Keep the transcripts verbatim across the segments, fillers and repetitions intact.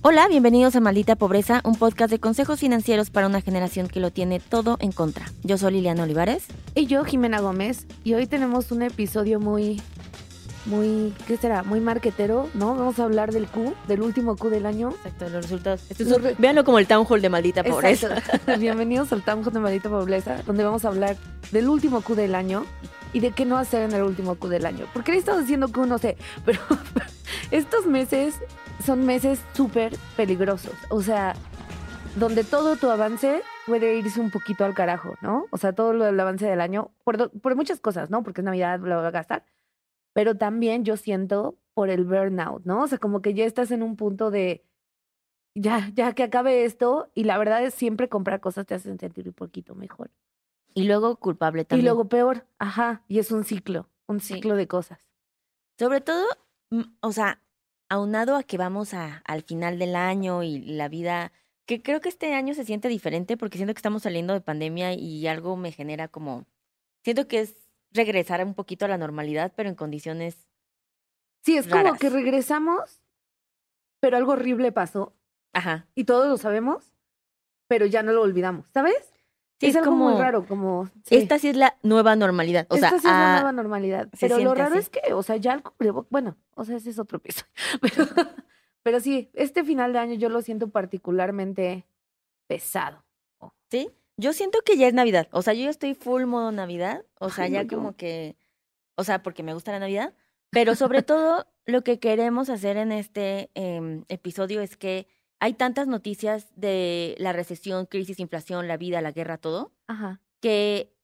Hola, bienvenidos a Maldita Pobreza, un podcast de consejos financieros para una generación que lo tiene todo en contra. Yo soy Liliana Olivares. Y yo, Jimena Gómez, y hoy tenemos un episodio muy, muy, ¿qué será? Muy marquetero, ¿no? Vamos a hablar del Q, del último Q del año. Exacto, los resultados. Este es Los un- re- Véanlo como el town hall de Maldita Pobreza. Exacto. Bienvenidos al Town Hall de Maldita Pobreza, donde vamos a hablar del último Q del año y de qué no hacer en el último Q del año. Porque he estado diciendo Q, no sé, pero estos meses son meses súper peligrosos. O sea, donde todo tu avance puede irse un poquito al carajo, ¿no? O sea, todo lo del avance del año, por, do- por muchas cosas, ¿no? Porque es Navidad, lo voy a gastar. Pero también yo siento por el burnout, ¿no? O sea, como que ya estás en un punto de, ya, ya que acabe esto, y la verdad es siempre comprar cosas te hacen sentir un poquito mejor. Y luego culpable también. Y luego peor, ajá, y es un ciclo, un Sí. ciclo de cosas. Sobre todo, mm, o sea, aunado a que vamos a, al final del año y la vida, que creo que este año se siente diferente porque siento que estamos saliendo de pandemia y algo me genera como, siento que es regresar un poquito a la normalidad, pero en condiciones, Sí, es como raras. que regresamos, pero algo horrible pasó, ajá. y todos lo sabemos, pero ya no lo olvidamos, ¿sabes? Sí, es, es algo muy como- raro, como... sí. Esta sí es la nueva normalidad. O Esta sea, sí es la ah, nueva normalidad. se Pero lo siente raro así. es que, o sea, ya el cubrebocas, bueno, o sea, ese es otro piso. Pero, pero sí, este final de año yo lo siento particularmente pesado. ¿sí? Yo siento que ya es Navidad. O sea, yo ya estoy full modo Navidad. O sea, Ay, ya no, yo- como que, o sea, porque me gusta la Navidad. Pero sobre todo, lo que queremos hacer en este em, episodio es que hay tantas noticias de la recesión, crisis, inflación, la vida, la guerra, todo, Ajá. que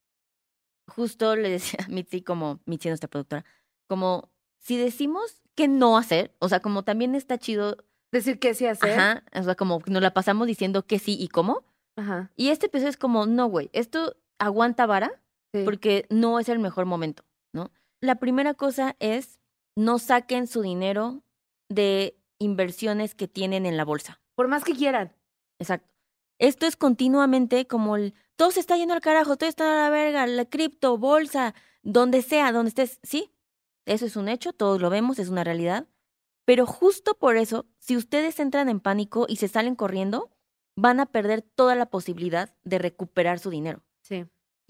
justo le decía a Mitzi, como Mitzi, nuestra productora, como si decimos qué no hacer, o sea, como también está chido, Decir qué sí hacer. ajá, o sea, como nos la pasamos diciendo que sí y cómo. Ajá. Y este episodio es como, no, güey, esto aguanta vara Sí. porque no es el mejor momento, ¿no? La primera cosa es, no saquen su dinero de inversiones que tienen en la bolsa. Por más que quieran. Exacto. Esto es continuamente como el, todo se está yendo al carajo, todo está a la verga, la cripto, bolsa, donde sea, donde estés. Sí, eso es un hecho, todos lo vemos, es una realidad. Pero justo por eso, si ustedes entran en pánico y se salen corriendo, van a perder toda la posibilidad de recuperar su dinero. Sí.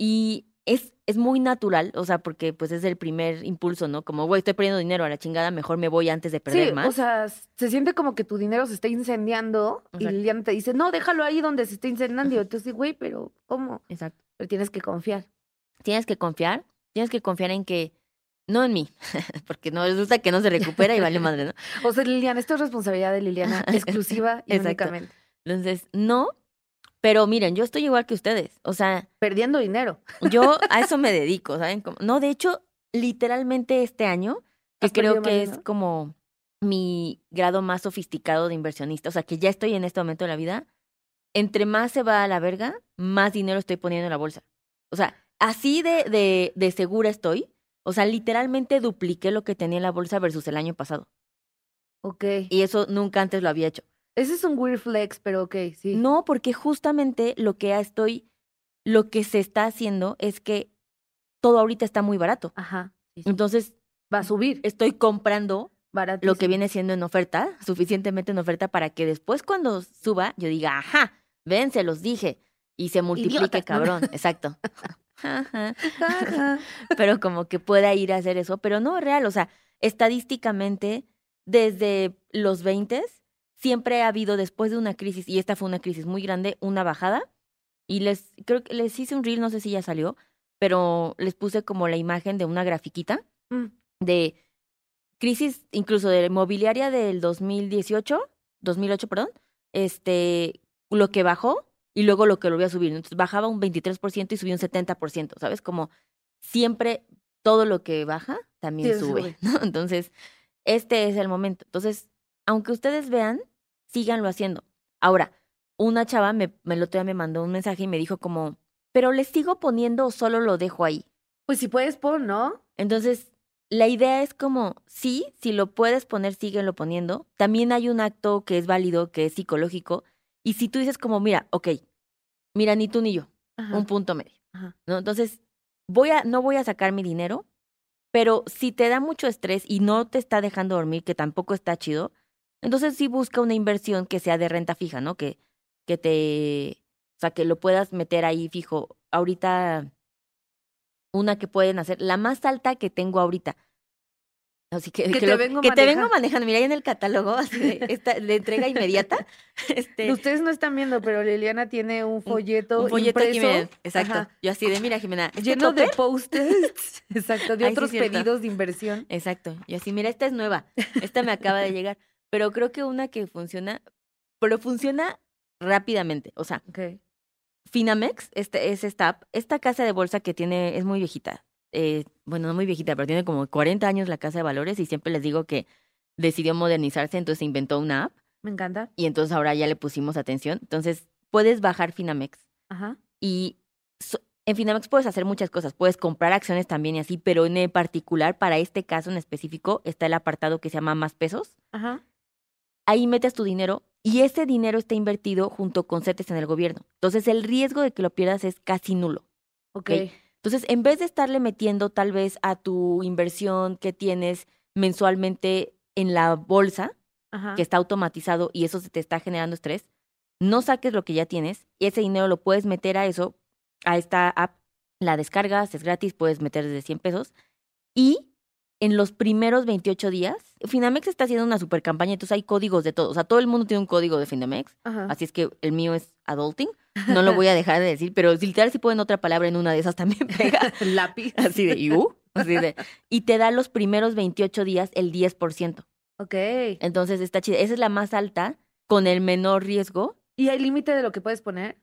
Y es, es muy natural, o sea, porque pues es el primer impulso, ¿no? Como, güey, estoy perdiendo dinero a la chingada, mejor me voy antes de perder Sí, más. o sea, se siente como que tu dinero se está incendiando y Exacto. Liliana te dice, no, déjalo ahí donde se está incendiando. Y entonces, güey, pero ¿cómo? Exacto. Pero tienes que confiar. Tienes que confiar, tienes que confiar en que, no en mí, porque no resulta que no se recupera y vale madre, ¿no? O sea, Liliana, esto es responsabilidad de Liliana, exclusiva y Exacto. únicamente. Entonces, no, pero miren, yo estoy igual que ustedes, o sea, Perdiendo dinero. yo a eso me dedico, ¿saben? Como- no, de hecho, literalmente este año, que ¿Has creo perdido más que es dinero? como mi grado más sofisticado de inversionista, o sea, que ya estoy en este momento de la vida, entre más se va a la verga, más dinero estoy poniendo en la bolsa. O sea, así de, de, de segura estoy, o sea, literalmente dupliqué lo que tenía en la bolsa versus el año pasado. Ok. Y eso nunca antes lo había hecho. Ese es un weird flex, pero ok, sí. No, porque justamente lo que estoy, lo que se está haciendo es que todo ahorita está muy barato. Ajá. Sí, sí. Entonces, Va a subir. estoy comprando Baratísimo. lo que viene siendo en oferta, suficientemente en oferta para que después cuando suba, yo diga, ajá, ven, se los dije. Y se multiplique, Idiota. cabrón. Exacto. Ajá. Ajá. Pero como que pueda ir a hacer eso, pero no real, o sea, estadísticamente, desde los veinte siempre ha habido, después de una crisis, y esta fue una crisis muy grande, una bajada, y les, creo que les hice un reel, no sé si ya salió, pero les puse como la imagen de una grafiquita Mm. de crisis, incluso de mobiliaria del dos mil dieciocho, dos mil ocho, perdón, este, lo que bajó y luego lo que lo voy a subir. Entonces bajaba un veintitrés por ciento y subió un setenta por ciento, ¿sabes? Como siempre todo lo que baja también Sí, sube, sube. ¿no? Entonces, este es el momento. Entonces, aunque ustedes vean, síganlo haciendo. Ahora, una chava me, me el otro día me mandó un mensaje y me dijo como, ¿pero le sigo poniendo o solo lo dejo ahí? Pues si puedes, pon, ¿no? Entonces, la idea es como, sí, si lo puedes poner, síguelo poniendo. También hay un acto que es válido, que es psicológico. Y si tú dices como, mira, ok, mira, ni tú ni yo, Ajá. un punto medio, Ajá. ¿no? Entonces, voy a, no voy a sacar mi dinero, pero si te da mucho estrés y no te está dejando dormir, que tampoco está chido, Entonces sí busca una inversión que sea de renta fija, ¿no? Que, que te, o sea, que lo puedas meter ahí fijo. Ahorita, una que pueden hacer, la más alta que tengo ahorita. Así que, Que que, te lo- vengo que te vengo manejando. manejando. Mira, ahí en el catálogo, así de, esta, de entrega inmediata. Este, Ustedes no están viendo, pero Liliana tiene un folleto, un folleto aquí, impreso. miren. Exacto. Ajá, Yo así de, mira, Jimena, este lleno de topper. post-its. Exacto, de Ay, sí, otros cierto. pedidos de inversión. Exacto. Yo así, mira, esta es nueva. Esta me acaba de llegar. Pero creo que una que funciona, pero funciona rápidamente. O sea, Ok. Finamex, este, es esta app, esta casa de bolsa que tiene, es muy viejita. Eh, bueno, no muy viejita, pero tiene como cuarenta años la casa de valores y siempre les digo que decidió modernizarse, entonces inventó una app Me encanta. y entonces ahora ya le pusimos atención. Entonces, puedes bajar Finamex Ajá. y so- en Finamex puedes hacer muchas cosas, puedes comprar acciones también y así, pero en particular, para este caso en específico, está el apartado que se llama Más Pesos. Ajá. Ahí metes tu dinero y ese dinero está invertido junto con CETES en el gobierno. Entonces, el riesgo de que lo pierdas es casi nulo. Ok. Ok. Entonces, en vez de estarle metiendo tal vez a tu inversión que tienes mensualmente en la bolsa, Ajá. que está automatizado y eso se te está generando estrés, no saques lo que ya tienes y ese dinero lo puedes meter a eso, a esta app, la descargas, es gratis, puedes meter desde cien pesos y en los primeros veintiocho días, Finamex está haciendo una super campaña, entonces hay códigos de todo, o sea, todo el mundo tiene un código de Finamex, Ajá. así es que el mío es adulting, no lo voy a dejar de decir, pero si literal si ponen otra palabra en una de esas también pega. Lápiz. Así de, ¿y uh? Así de, y te da los primeros veintiocho días el diez por ciento. Ok. Entonces está chida. Esa es la más alta, con el menor riesgo. ¿Y hay límite de lo que puedes poner?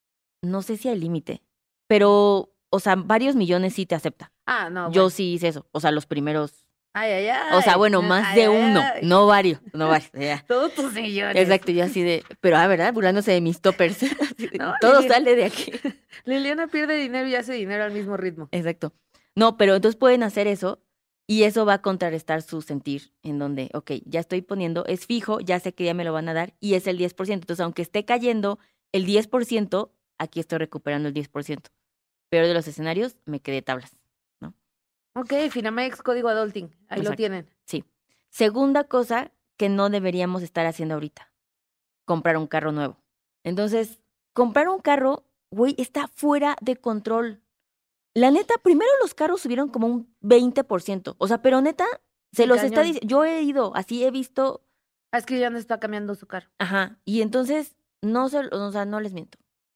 No sé si hay límite, pero, o sea, varios millones sí te acepta. Ah, no. Yo bueno. sí hice eso, o sea, los primeros. Ay, ay, ay. O sea, bueno, más Ay, de ay, uno, ay. no varios, no varios. Ya. Todos tus millones. Exacto, yo así de, pero ah, ¿verdad? Burlándose de mis toppers. Así de, No, todo Lili- sale de aquí. Liliana pierde dinero y hace dinero al mismo ritmo. Exacto. No, pero entonces pueden hacer eso y eso va a contrarrestar su sentir en donde, ok, ya estoy poniendo, es fijo, ya sé que ya me lo van a dar y es el diez por ciento. Entonces, aunque esté cayendo el diez por ciento, aquí estoy recuperando el diez por ciento. Peor de los escenarios, me quedé tablas. Ok, Finamex, código adulting. Ahí lo Exacto. tienen. Sí. Segunda cosa que no deberíamos estar haciendo ahorita, comprar un carro nuevo. Entonces, comprar un carro, güey, está fuera de control. La neta, primero los carros subieron como un veinte por ciento. O sea, pero neta, se Sí, los está cañón. diciendo. Yo he ido, así he visto. Ah, es que ya no está cambiando su carro. Ajá. Y entonces, no se, o sea, no les miento.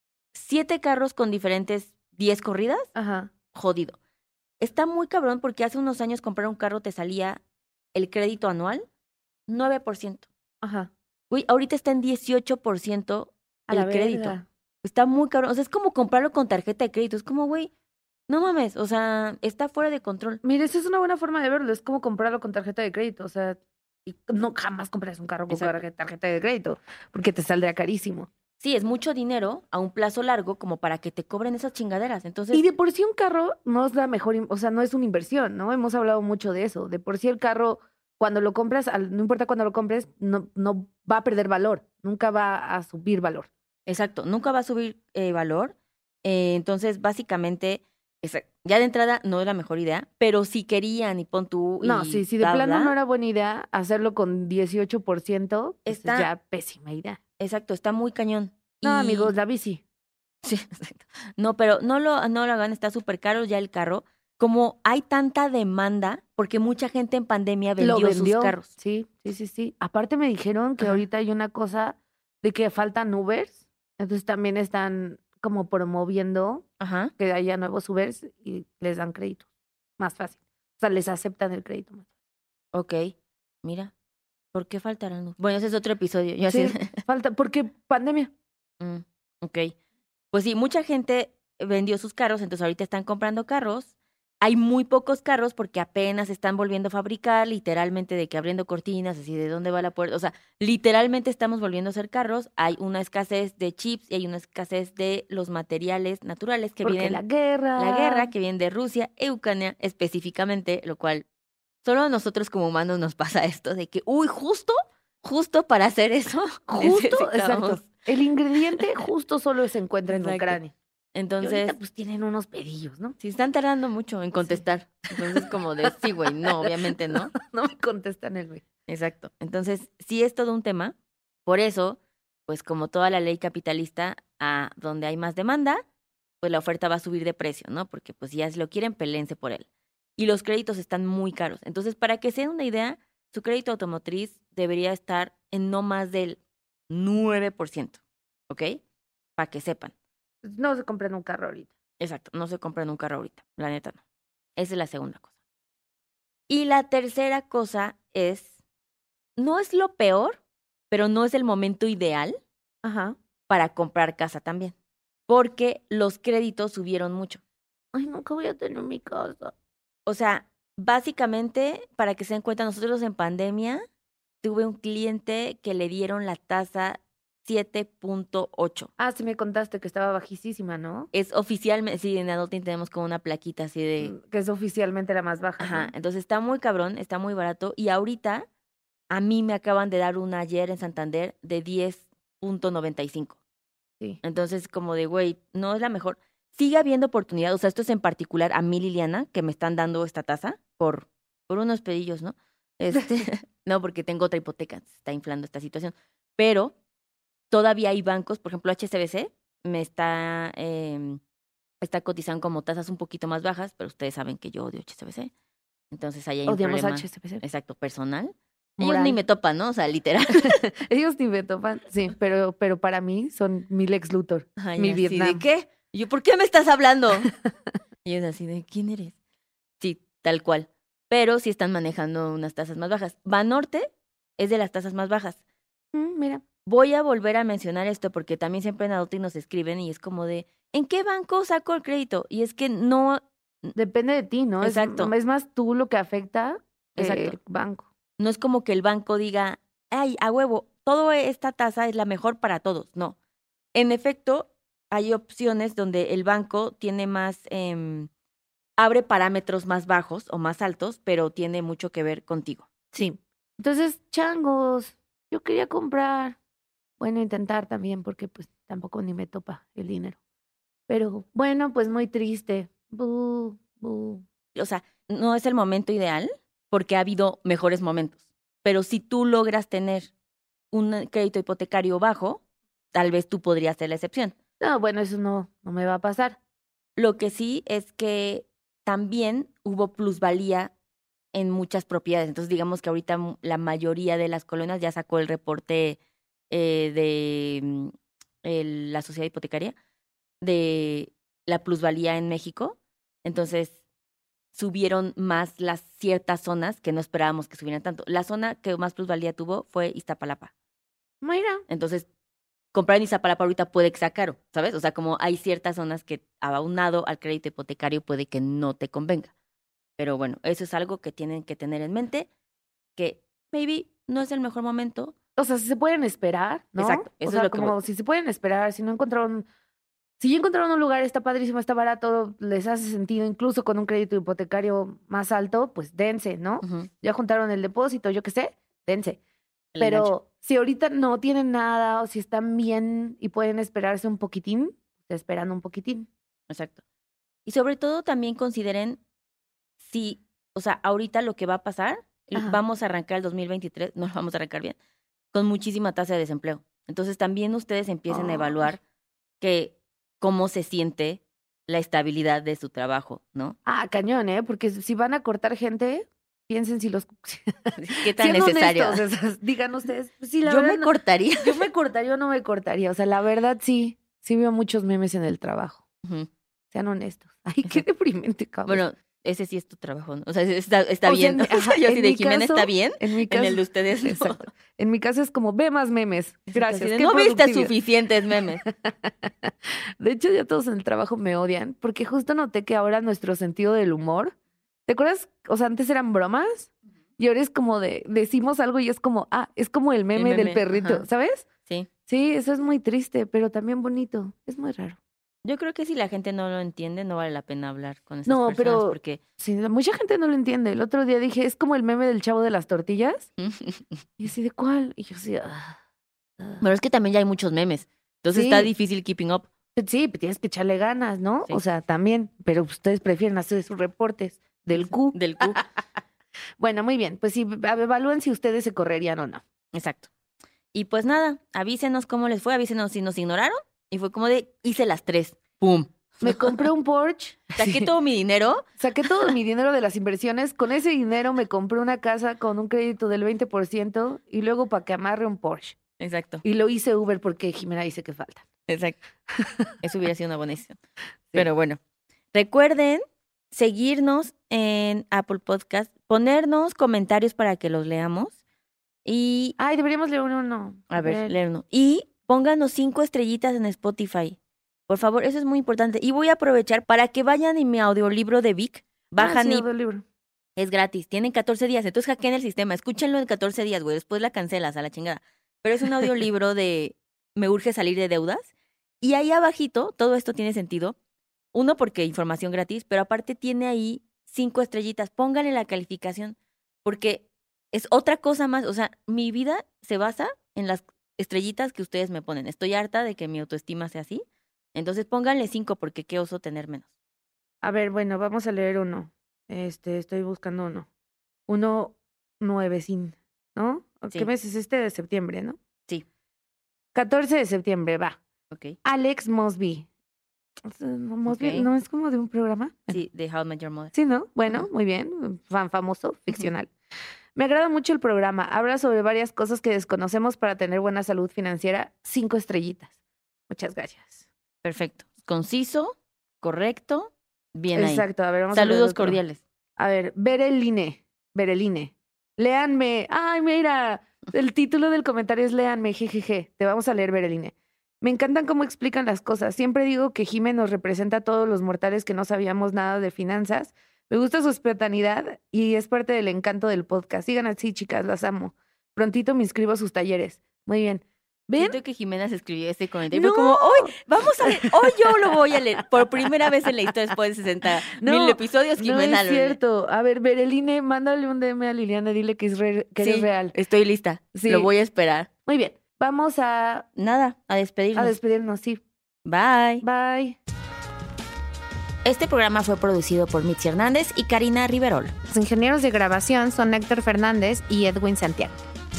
Siete carros con diferentes diez corridas, Ajá. jodido. Está muy cabrón porque hace unos años comprar un carro te salía el crédito anual nueve por ciento. Ajá. Güey, ahorita está en dieciocho por ciento A el la crédito. verga. Está muy cabrón. O sea, es como comprarlo con tarjeta de crédito. Es como, güey, no mames. O sea, está fuera de control. Mire, esa es una buena forma de verlo. Es como comprarlo con tarjeta de crédito. O sea, y no jamás compras un carro con Exacto. tarje- tarjeta de crédito porque te saldría carísimo. Sí, es mucho dinero a un plazo largo como para que te cobren esas chingaderas. Entonces, Y de por sí un carro no es la mejor, in- o sea, no es una inversión, ¿no? Hemos hablado mucho de eso. De por sí el carro, cuando lo compras, al- no importa cuándo lo compres, no, no va a perder valor. Nunca va a subir valor. exacto, nunca va a subir eh, valor. Eh, entonces, básicamente, esa- ya de entrada no es la mejor idea, pero si querían y pon tú y No, sí, si de bla, plano bla, no era buena idea hacerlo con dieciocho por ciento, pues Está- es ya pésima idea. exacto, está muy cañón. No, Y- amigos, la bici. Sí, exacto. No, pero no lo, no lo hagan, está súper caro ya el carro. Como hay tanta demanda, porque mucha gente en pandemia vendió, Lo vendió. sus carros. Sí, sí, sí, sí. Aparte me dijeron que Ajá. ahorita hay una cosa de que faltan Ubers, entonces también están como promoviendo Ajá. que haya nuevos Ubers y les dan crédito más fácil. O sea, les aceptan el crédito más Ok. Mira, ¿por qué faltarán? Bueno, ese es otro episodio. Yo fácil. así. Sí, falta, porque pandemia. Mm, ok. Pues sí, mucha gente vendió sus carros, entonces ahorita están comprando carros. Hay muy pocos carros porque apenas están volviendo a fabricar, literalmente de que abriendo cortinas, así de dónde va la puerta. O sea, literalmente estamos volviendo a hacer carros. Hay una escasez de chips y hay una escasez de los materiales naturales que porque vienen. la guerra. La guerra que viene de Rusia e Ucrania específicamente, lo cual solo a nosotros como humanos nos pasa esto de que, uy, justo, justo para hacer eso. Justo, necesitamos- exacto. El ingrediente justo solo se encuentra en Exacto. Ucrania. Y Entonces, ahorita pues tienen unos pedillos, ¿no? sí están tardando mucho en contestar. Entonces, como de, sí, güey, no, obviamente no. No me contestan el güey. Exacto. Entonces, sí es todo un tema. Por eso, pues como toda la ley capitalista, a donde hay más demanda, pues la oferta va a subir de precio, ¿no? Porque pues ya si lo quieren, pelense por él. Y los créditos están muy caros. Entonces, para que se den una idea, su crédito automotriz debería estar en no más del nueve por ciento, ¿ok? Para que sepan. No se compren un carro ahorita. Exacto, no se compran un carro ahorita, la neta no. Esa es la segunda cosa. Y la tercera cosa es, no es lo peor, pero no es el momento ideal Ajá. para comprar casa también, porque los créditos subieron mucho. Ay, nunca voy a tener mi casa. O sea, básicamente, para que se den cuenta, nosotros en pandemia tuve un cliente que le dieron la tasa siete punto ocho. Ah, sí me contaste que estaba bajísima, ¿no? Es oficialmente, sí, en Adulting tenemos como una plaquita así de... Mm, Que es oficialmente la más baja. Ajá, ¿no? entonces está muy cabrón, está muy barato. Y ahorita, a mí me acaban de dar una ayer en Santander de diez punto noventa y cinco. Sí. Entonces, como de, güey, no es la mejor. Sigue habiendo oportunidad, o sea, esto es en particular a mí, Liliana, que me están dando esta tasa por, por unos pedillos, ¿no? Este, no, porque tengo otra hipoteca, se está inflando esta situación. Pero todavía hay bancos, por ejemplo, H S B C me está, eh, está cotizando como tasas un poquito más bajas, pero ustedes saben que yo odio H S B C. Entonces ahí hay un Odiamos problema. H S B C. Exacto, personal. Moral. Ellos ni me topan, ¿no? O sea, literal. Ellos ni me topan. Sí, pero, pero para mí son mi Lex Luthor. Ay, mi así Vietnam. ¿de qué? Y yo, ¿por qué me estás hablando? Y es así de, ¿quién eres? Sí, tal cual. Pero sí están manejando unas tasas más bajas. Banorte es de las tasas más bajas. Mm, mira. Voy a volver a mencionar esto porque también siempre en Adulting nos escriben y es como de, ¿en qué banco saco el crédito? Y es que no... Depende de ti, ¿no? Exacto. Es, es más tú lo que afecta Exacto. el banco. No es como que el banco diga, ay, a huevo, toda esta tasa es la mejor para todos. No. En efecto, hay opciones donde el banco tiene más, eh, abre parámetros más bajos o más altos, pero tiene mucho que ver contigo. Sí. Entonces, changos, yo quería comprar. Bueno, intentar también, porque pues tampoco ni me topa el dinero. Pero bueno, pues muy triste. Bu, bu. O sea, no es el momento ideal porque ha habido mejores momentos. Pero si tú logras tener un crédito hipotecario bajo, tal vez tú podrías ser la excepción. No, bueno, eso no, no me va a pasar. Lo que sí es que también hubo plusvalía en muchas propiedades. Entonces, digamos que ahorita m- la mayoría de las colonias ya sacó el reporte eh, de mm, el- la sociedad hipotecaria de la plusvalía en México. Entonces, subieron más las ciertas zonas que no esperábamos que subieran tanto. La zona que más plusvalía tuvo fue Iztapalapa. Mira, Entonces, comprar en Iztapalapa ahorita puede que sea caro, ¿sabes? O sea, como hay ciertas zonas que aunado al crédito hipotecario puede que no te convenga. Pero bueno, eso es algo que tienen que tener en mente, que maybe no es el mejor momento. o sea, si se pueden esperar, ¿no? Exacto, eso o es sea, lo que como voy. si se pueden esperar, si no encontraron, si ya encontraron un lugar, está padrísimo, está barato, les hace sentido, incluso con un crédito hipotecario más alto, pues dense, ¿no? Ujú, Ya juntaron el depósito, yo qué sé, dense. el enganche. Pero si ahorita no tienen nada o si están bien y pueden esperarse un poquitín, se esperan un poquitín. Exacto. Y sobre todo también consideren si, o sea, ahorita lo que va a pasar, l- Ajá. vamos a arrancar el dos mil veintitrés, no lo vamos a arrancar bien, con muchísima tasa de desempleo. Entonces también ustedes empiecen a Ay. evaluar que cómo se siente la estabilidad de su trabajo, ¿no? Ah, cañón, ¿eh? Porque si van a cortar gente, piensen si los... ¿Qué tan Siendo necesario? honestos, esas- digan ustedes, pues sí, la Yo verdad me no- cortaría. yo me cortaría o no me cortaría. O sea, la verdad sí, sí veo muchos memes en el trabajo. Ujú. Sean honestos. Ay, qué deprimente, cabrón. Bueno, ese sí es tu trabajo, ¿no? O sea, está, está O sea, bien. en- O sea, ajá, yo en así de mi Jimena caso- está bien, en mi en caso, el de ustedes no. exacto. En mi caso es como, ve más memes. Exacto, Gracias. así de, qué no viste productividad". suficientes memes. De hecho, ya todos en el trabajo me odian, porque justo noté que ahora nuestro sentido del humor, ¿te acuerdas? O sea, antes eran bromas y ahora es como de, decimos algo y es como, ah, es como el meme, del meme, perrito, ajá. ¿sabes? Sí. Sí, eso es muy triste, pero también bonito. Es muy raro. Yo creo que si la gente no lo entiende, no vale la pena hablar con esas No, personas pero- porque Sí, mucha gente no lo entiende. El otro día dije, es como el meme del chavo de las tortillas. Y así, ¿de cuál? Y yo así, ah, ah. Pero es que también ya hay muchos memes. Entonces Sí. está difícil keeping up. Sí, pues tienes que echarle ganas, ¿no? Sí. O sea, también, pero ustedes prefieren hacer sus reportes del Q. Del Q. Bueno, muy bien. Pues sí, evalúen si ustedes se correrían o no. Exacto. Y pues nada, avísenos cómo les fue, avísenos si nos ignoraron. Y fue como de, hice las tres. ¡Pum! Me compré un Porsche. Saqué Sí. todo mi dinero. Saqué todo mi dinero de las inversiones. Con ese dinero me compré una casa con un crédito del veinte por ciento y luego para que amarre un Porsche. Exacto, Y lo hice Uber porque Jimena dice que falta. exacto. Eso hubiera sido una buena decisión. Pero bueno, recuerden seguirnos en Apple Podcast, ponernos comentarios para que los leamos y, Ay, deberíamos leer uno. a ver, leernos. Y pónganos cinco estrellitas en Spotify. Por favor, eso es muy importante. Y voy a aprovechar para que vayan en mi audiolibro de Vic. Bajan ah, sí, y audiolibro. es gratis. Tienen catorce días. Entonces hackeen el sistema. Escúchenlo en catorce días, güey. Después la cancelas a la chingada. Pero es un audiolibro de Me urge salir de deudas. Y ahí abajito, todo esto tiene sentido. Uno, porque información gratis, pero aparte tiene ahí cinco estrellitas. Pónganle la calificación, porque es otra cosa más. O sea, mi vida se basa en las estrellitas que ustedes me ponen. Estoy harta de que mi autoestima sea así. Entonces pónganle cinco, porque qué oso tener menos. A ver, bueno, vamos a leer uno. Este, estoy buscando uno. Uno nuevecín, ¿no? Sí. ¿Qué mes es este? De septiembre, ¿no? Sí. catorce de septiembre, va. Ok. Alex Mosby. O sea, no, Mosby, Ok. ¿no es como de un programa? Sí, de How I Met Your Mother. Sí, ¿no? Bueno, muy bien. Fan famoso, ficcional. Me agrada mucho el programa. Habla sobre varias cosas que desconocemos para tener buena salud financiera. Cinco estrellitas. Muchas gracias. Perfecto. Conciso, correcto, bien ahí. Exacto. A ver, vamos a leer Saludos otro. cordiales. A ver, Bereline. Bereline. Léanme. Ay, mira. El título del comentario es Léanme, jejeje. Te vamos a leer, Bereline. Me encantan cómo explican las cosas. Siempre digo que Jime nos representa a todos los mortales que no sabíamos nada de finanzas. Me gusta su espontaneidad y es parte del encanto del podcast. Sigan así, chicas, las amo. Prontito me inscribo a sus talleres. Muy bien. ¿Ven? Siento que Jimena se escribió ese comentario. No. Fue como, hoy vamos a leer, hoy yo lo voy a leer. Por primera vez en la historia después de sesenta No, mil episodios, No Jimena es lo lee. cierto. A ver, Bereline, mándale un D M a Liliana, dile que, es re- que Sí, eres real. estoy lista. Sí. Lo voy a esperar. Muy bien. Vamos a, Nada, a a despedirnos. despedirnos, sí. Bye. Bye. Este programa fue producido por Mitzi Hernández y Karina Riverol. Los ingenieros de grabación son Héctor Fernández y Edwin Santiago.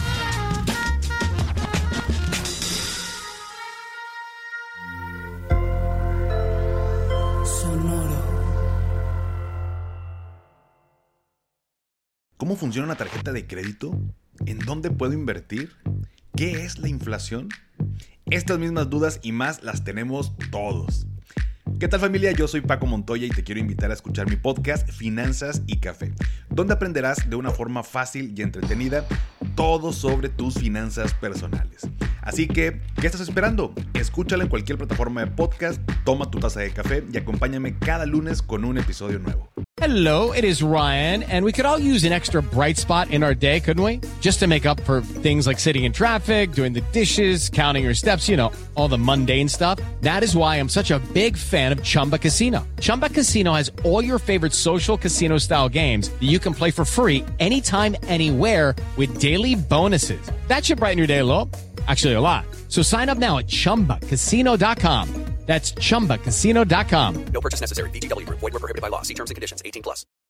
¿Cómo funciona una tarjeta de crédito? ¿En dónde puedo invertir? ¿Qué es la inflación? Estas mismas dudas y más las tenemos todos. ¿Qué tal, familia? Yo soy Paco Montoya y te quiero invitar a escuchar mi podcast Finanzas y Café, donde aprenderás de una forma fácil y entretenida todo sobre tus finanzas personales. Así que, ¿qué estás esperando? Escúchala en cualquier plataforma de podcast, toma tu taza de café y acompáñame cada lunes con un episodio nuevo. Hello, it is Ryan, and we could all use an extra bright spot in our day, couldn't we? Just to make up for things like sitting in traffic, doing the dishes, counting your steps, you know, all the mundane stuff. That is why I'm such a big fan of Chumba Casino. Chumba Casino has all your favorite social casino-style games that you can play for free anytime, anywhere with daily bonuses. That should brighten your day a little. Actually, a lot. So sign up now at chumba casino dot com. That's chumba casino dot com. No purchase necessary. V G W Group. Void where prohibited by law. See terms and conditions. eighteen plus.